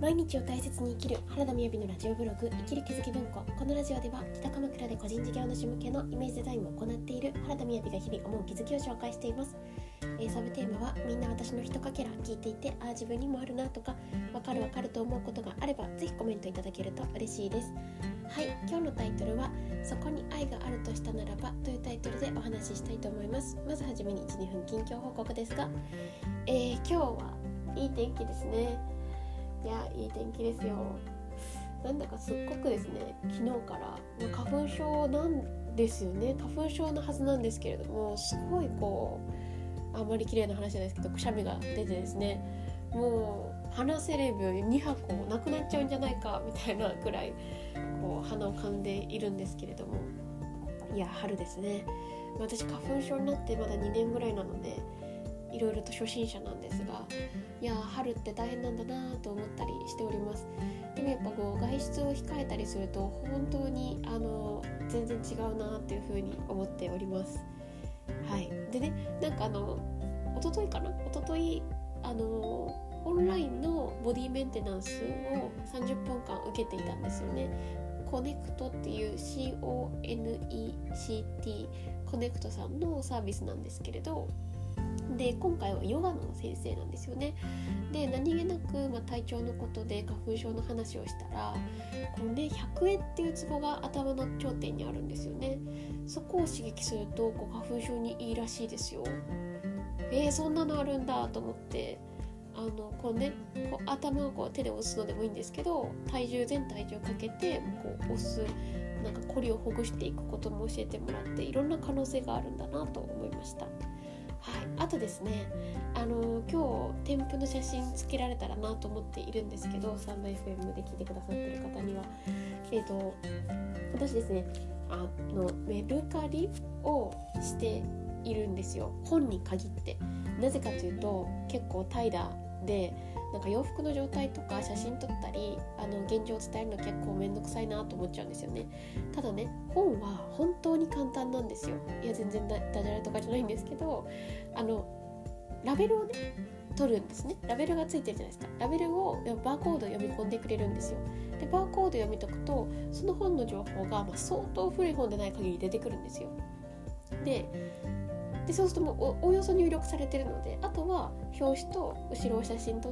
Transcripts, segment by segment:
毎日を大切に生きる原田みやびのラジオブログ生きる気づき文庫。このラジオでは北鎌倉で個人事業主向けのイメージデザインを行っている原田みやびが日々思う気づきを紹介しています。サブテーマはみんな私のひとかけら聞いていて自分にもあるなとかわかると思うことがあればぜひコメントいただけると嬉しいです。はい、今日のタイトルはそこに愛があるとしたならばというタイトルでお話ししたいと思います。まずはじめに 1,2 分近況報告ですが、今日はいい天気ですね。いや、いい天気ですよ。なんだかすっごくですね、昨日から花粉症なんですよね。花粉症のはずなんですけれども、すごいあんまり綺麗な話じゃないですけど、くしゃみが出てですね、もう鼻セレブ2箱なくなっちゃうんじゃないかみたいなくらい鼻をかんでいるんですけれども、いや、春ですね。私花粉症になってまだ2年ぐらいなのでいろいろと初心者なんですが、いや、春って大変なんだなと思ったりしております。でもやっぱ外出を控えたりすると本当に全然違うなっていうふうに思っております。はい。でね、一昨日オンラインのボディメンテナンスを30分間受けていたんですよね。コネクトっていう CONECT コネクトさんのサービスなんですけれど、で今回はヨガの先生なんですよね。で何気なく、体調のことで花粉症の話をしたら、100円っていうツボが頭の頂点にあるんですよね。そこを刺激すると花粉症にいいらしいですよ。そんなのあるんだと思って、頭を手で押すのでもいいんですけど、全体重かけて押す、コリをほぐしていくことも教えてもらって、いろんな可能性があるんだなと思いました。はい、あとですね、今日添付の写真つけられたらなと思っているんですけど、スタンド FM で聞いてくださっている方には、私ですね、メルカリをしているんですよ。本に限って。なぜかというと、結構怠惰で洋服の状態とか写真撮ったり現状を伝えるの結構めんどくさいなと思っちゃうんですよね。ただね、本は本当に簡単なんですよ。いや、全然ダジャレとかじゃないんですけど、ラベルをね取るんですね。ラベルがついてるじゃないですか。ラベルをバーコードを読み込んでくれるんですよ。でバーコード読み解くと、その本の情報が相当古い本でない限り出てくるんですよ。でそうするともうおよそ入力されてるので、あとは表紙と後ろを写真撮って、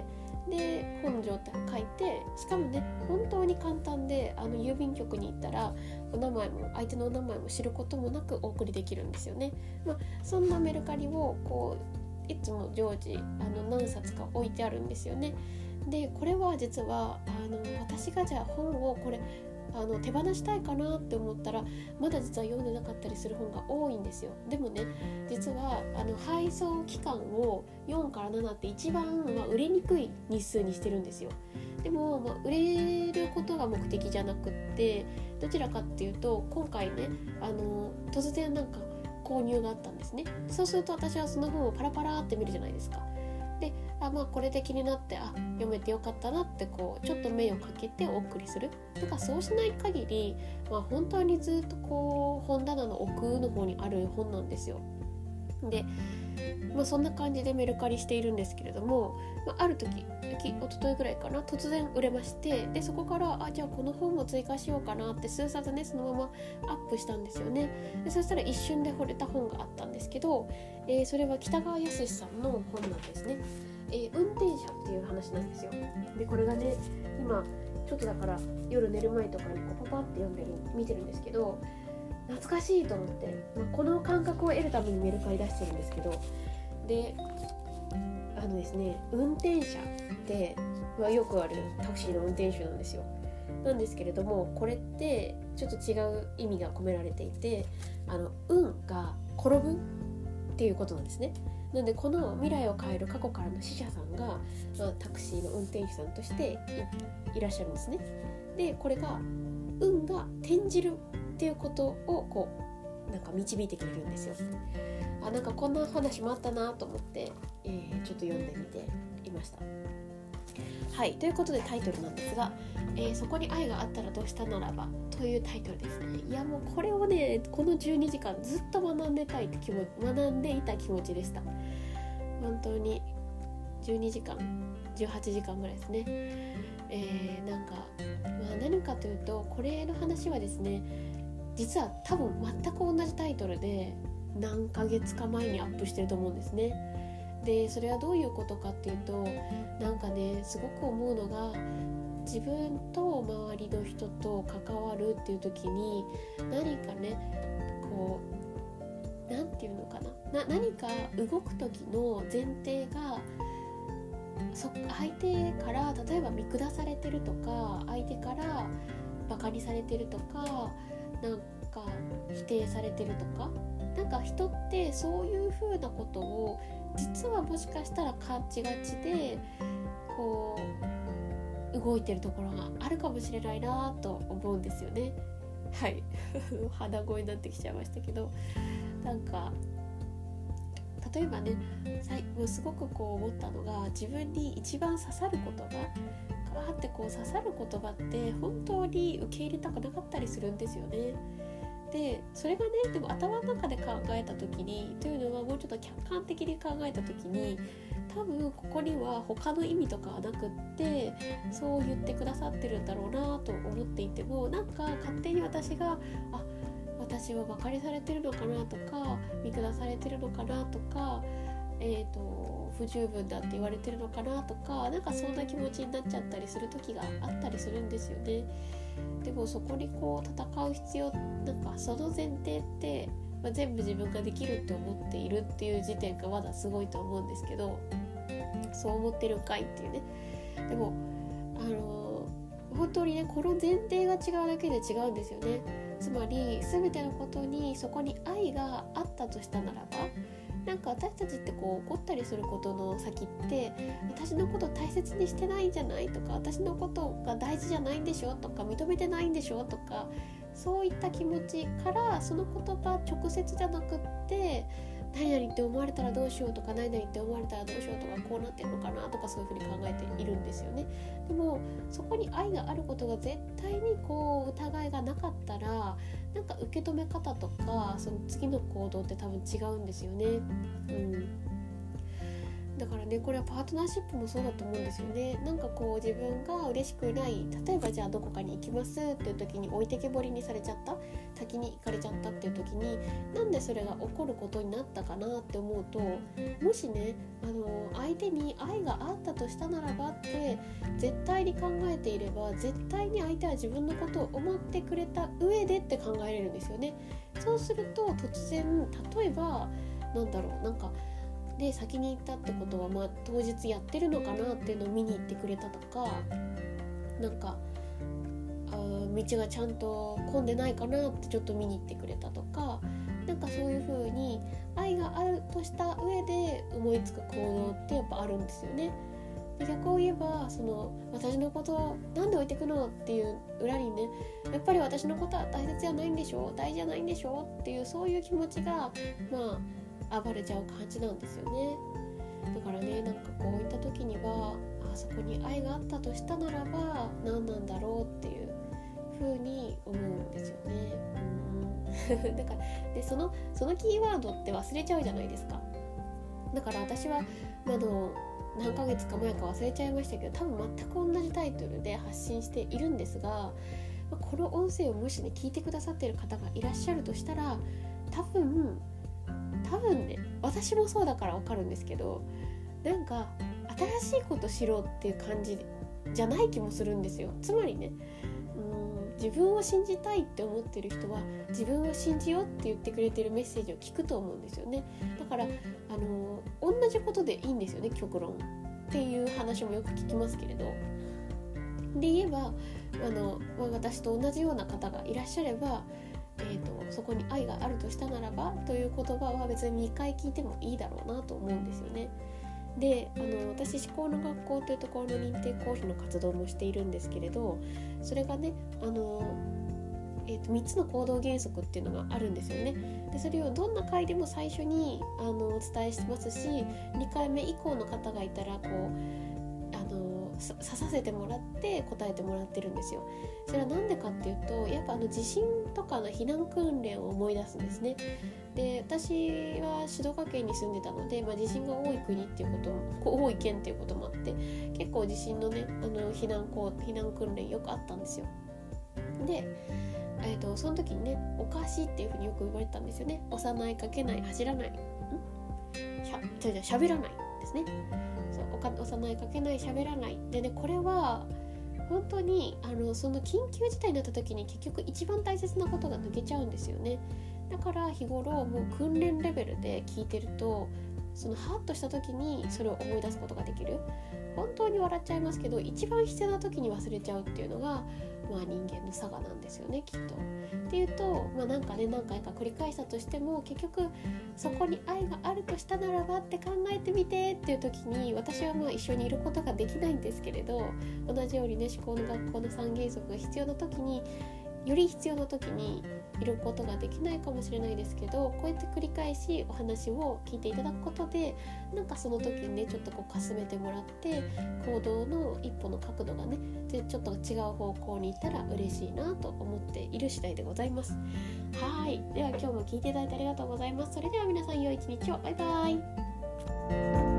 で本の状態を書いて、しかもね、本当に簡単で、郵便局に行ったら相手のお名前も知ることもなくお送りできるんですよね。そんなメルカリをいつも常時何冊か置いてあるんですよね。でこれは実は私がじゃあ本を手放したいかなって思ったら、まだ実は読んでなかったりする本が多いんですよ。でもね、実は配送期間を4から7って一番売れにくい日数にしてるんですよ。でも、売れることが目的じゃなくって、どちらかっていうと、今回ね突然購入があったんですね。そうすると私はその本をパラパラって見るじゃないですか。でこれで気になって読めてよかったなってちょっと目をかけてお送りする。そうしない限り、本当にずっと本棚の奥の方にある本なんですよ。で、そんな感じでメルカリしているんですけれども、ある時一昨日ぐらいかな、突然売れまして、でそこからじゃあこの本も追加しようかなって数冊ね、そのままアップしたんですよね。でそしたら一瞬で惚れた本があったんですけど、それは北川康さんの本なんですね。運転者っていう話なんですよ。でこれがね、今ちょっとだから夜寝る前とかにパパって見てるんですけど、懐かしいと思って、この感覚を得るためにメルカリ出してるんですけど、でですね、運転者ってよくあるタクシーの運転手なんですよ。なんですけれども、これってちょっと違う意味が込められていて、運が転ぶっていうことなんですね。なのでこの未来を変える過去からの使者さんが、タクシーの運転手さんとしていらっしゃるんですね。でこれが運が転じるっていうことを導いてくれるんですよ。こんな話もあったなと思って、ちょっと読んでみていました。はい、ということでタイトルなんですが、そこに愛があったらどうしたならばというタイトルですね。いや、もうこれをね、この12時間ずっと学んでいた気持ちでした。本当に 12時間18時間ぐらいですね。何かというと、これの話はですね、実は多分全く同じタイトルで何ヶ月か前にアップしてると思うんですね。でそれはどういうことかっていうと、すごく思うのが、自分と周りの人と関わるっていう時に何かね、何か動く時の前提が相手から例えば見下されてるとか、相手からバカにされてるとか、否定されてるとか、人ってそういう風なことを実はもしかしたら感じがちで動いてるところがあるかもしれないなと思うんですよね。はい鼻声になってきちゃいましたけど、例えばね、すごく思ったのが、自分に一番刺さる言葉があって、刺さる言葉って本当に受け入れたくなかったりするんですよね。でそれがね、でも頭の中で考えた時に、というのはもうちょっと客観的に考えた時に、多分ここには他の意味とかはなくって、そう言ってくださってるんだろうなと思っていても、勝手に私が私はバカにされてるのかなとか、見下されてるのかなとか、不十分だって言われてるのかなとか、そんな気持ちになっちゃったりする時があったりするんですよね。でもそこに戦う必要、その前提って、全部自分ができるって思っているっていう時点がまだすごいと思うんですけど、そう思ってるんかいっていうね。でも本当にね、この前提が違うだけで違うんですよね。つまり全てのことにそこに愛があったとしたならば、私たちって怒ったりすることの先って、私のこと大切にしてないんじゃないとか、私のことが大事じゃないんでしょとか、認めてないんでしょとか、そういった気持ちから、その言葉直接じゃなくって、何々って思われたらどうしようとか、何々って思われたらどうしようとか、こうなってるのかなとか、そういうふうに考えているんですよね。でもそこに愛があることが絶対に疑いがなかったら、受け止め方とか、その次の行動って多分違うんですよね。だからね、これはパートナーシップもそうだと思うんですよね。自分が嬉しくない、例えばじゃあどこかに行きますっていう時に置いてけぼりにされちゃった、先に行かれちゃったっていう時に、なんでそれが起こることになったかなって思うと、もしね、相手に愛があったとしたならばって絶対に考えていれば、絶対に相手は自分のことを思ってくれた上でって考えれるんですよね。そうすると突然、例えばで先に行ったってことは、当日やってるのかなっていうのを見に行ってくれたとか、道がちゃんと混んでないかなってちょっと見に行ってくれたとか、そういう風に愛があるとした上で思いつく行動ってやっぱあるんですよね。で逆を言えば、私のことなんで置いてくのっていう裏にね、やっぱり私のことは大切じゃないんでしょ、大事じゃないんでしょっていう、そういう気持ちが暴れちゃう感じなんですよね。だからね、こういった時には、そこに愛があったとしたならば何なんだろうっていう風に思うんですよね。だからでそのキーワードって忘れちゃうじゃないですか。だから私は何ヶ月か前か忘れちゃいましたけど、多分全く同じタイトルで発信しているんですが、この音声をもしね聞いてくださっている方がいらっしゃるとしたら、多分ね、私もそうだから分かるんですけど、新しいことしろっていう感じじゃない気もするんですよ。つまりね、自分を信じたいって思ってる人は、自分を信じようって言ってくれてるメッセージを聞くと思うんですよね。だから同じことでいいんですよね、極論っていう話もよく聞きますけれど、で言えば私と同じような方がいらっしゃれば、そこに愛があるとしたならばという言葉は別に2回聞いてもいいだろうなと思うんですよね。で私思考の学校というところの認定講師の活動もしているんですけれど、それがね3つの行動原則っていうのがあるんですよね。でそれをどんな回でも最初にお伝えしてますし、2回目以降の方がいたら刺させてもらって答えてもらってるんですよ。それはなんでかっていうと、やっぱ地震とかの避難訓練を思い出すんですね。で、私は静岡県に住んでたので、地震が多い国っていうことも多い県っていうこともあって、結構地震のね避難訓練よくあったんですよ。で、その時にね、おかしいっていうふうによく言われたんですよね。押さない、かけない、走らない、喋らないですね。押さない、かけない、喋らないでね、これは本当にその緊急事態になった時に結局一番大切なことが抜けちゃうんですよね。だから日頃もう訓練レベルで聞いてると、そのハッとした時にそれを思い出すことができる。本当に笑っちゃいますけど、一番必要な時に忘れちゃうっていうのが、人間の差がなんですよね、きっと。っていうと、何回か繰り返したとしても、結局そこに愛があるとしたならばって考えてみてっていう時に、私は一緒にいることができないんですけれど、同じようにね、思考の学校の三原則が必要な時に、より必要な時にいることができないかもしれないですけど、こうやって繰り返しお話を聞いていただくことで、その時にね、ちょっとかすめてもらって、行動の一歩の角度がねちょっと違う方向に行ったら嬉しいなと思っている次第でございます。はい、では今日も聞いていただいてありがとうございます。それでは皆さん、良い一日を。バイバイ。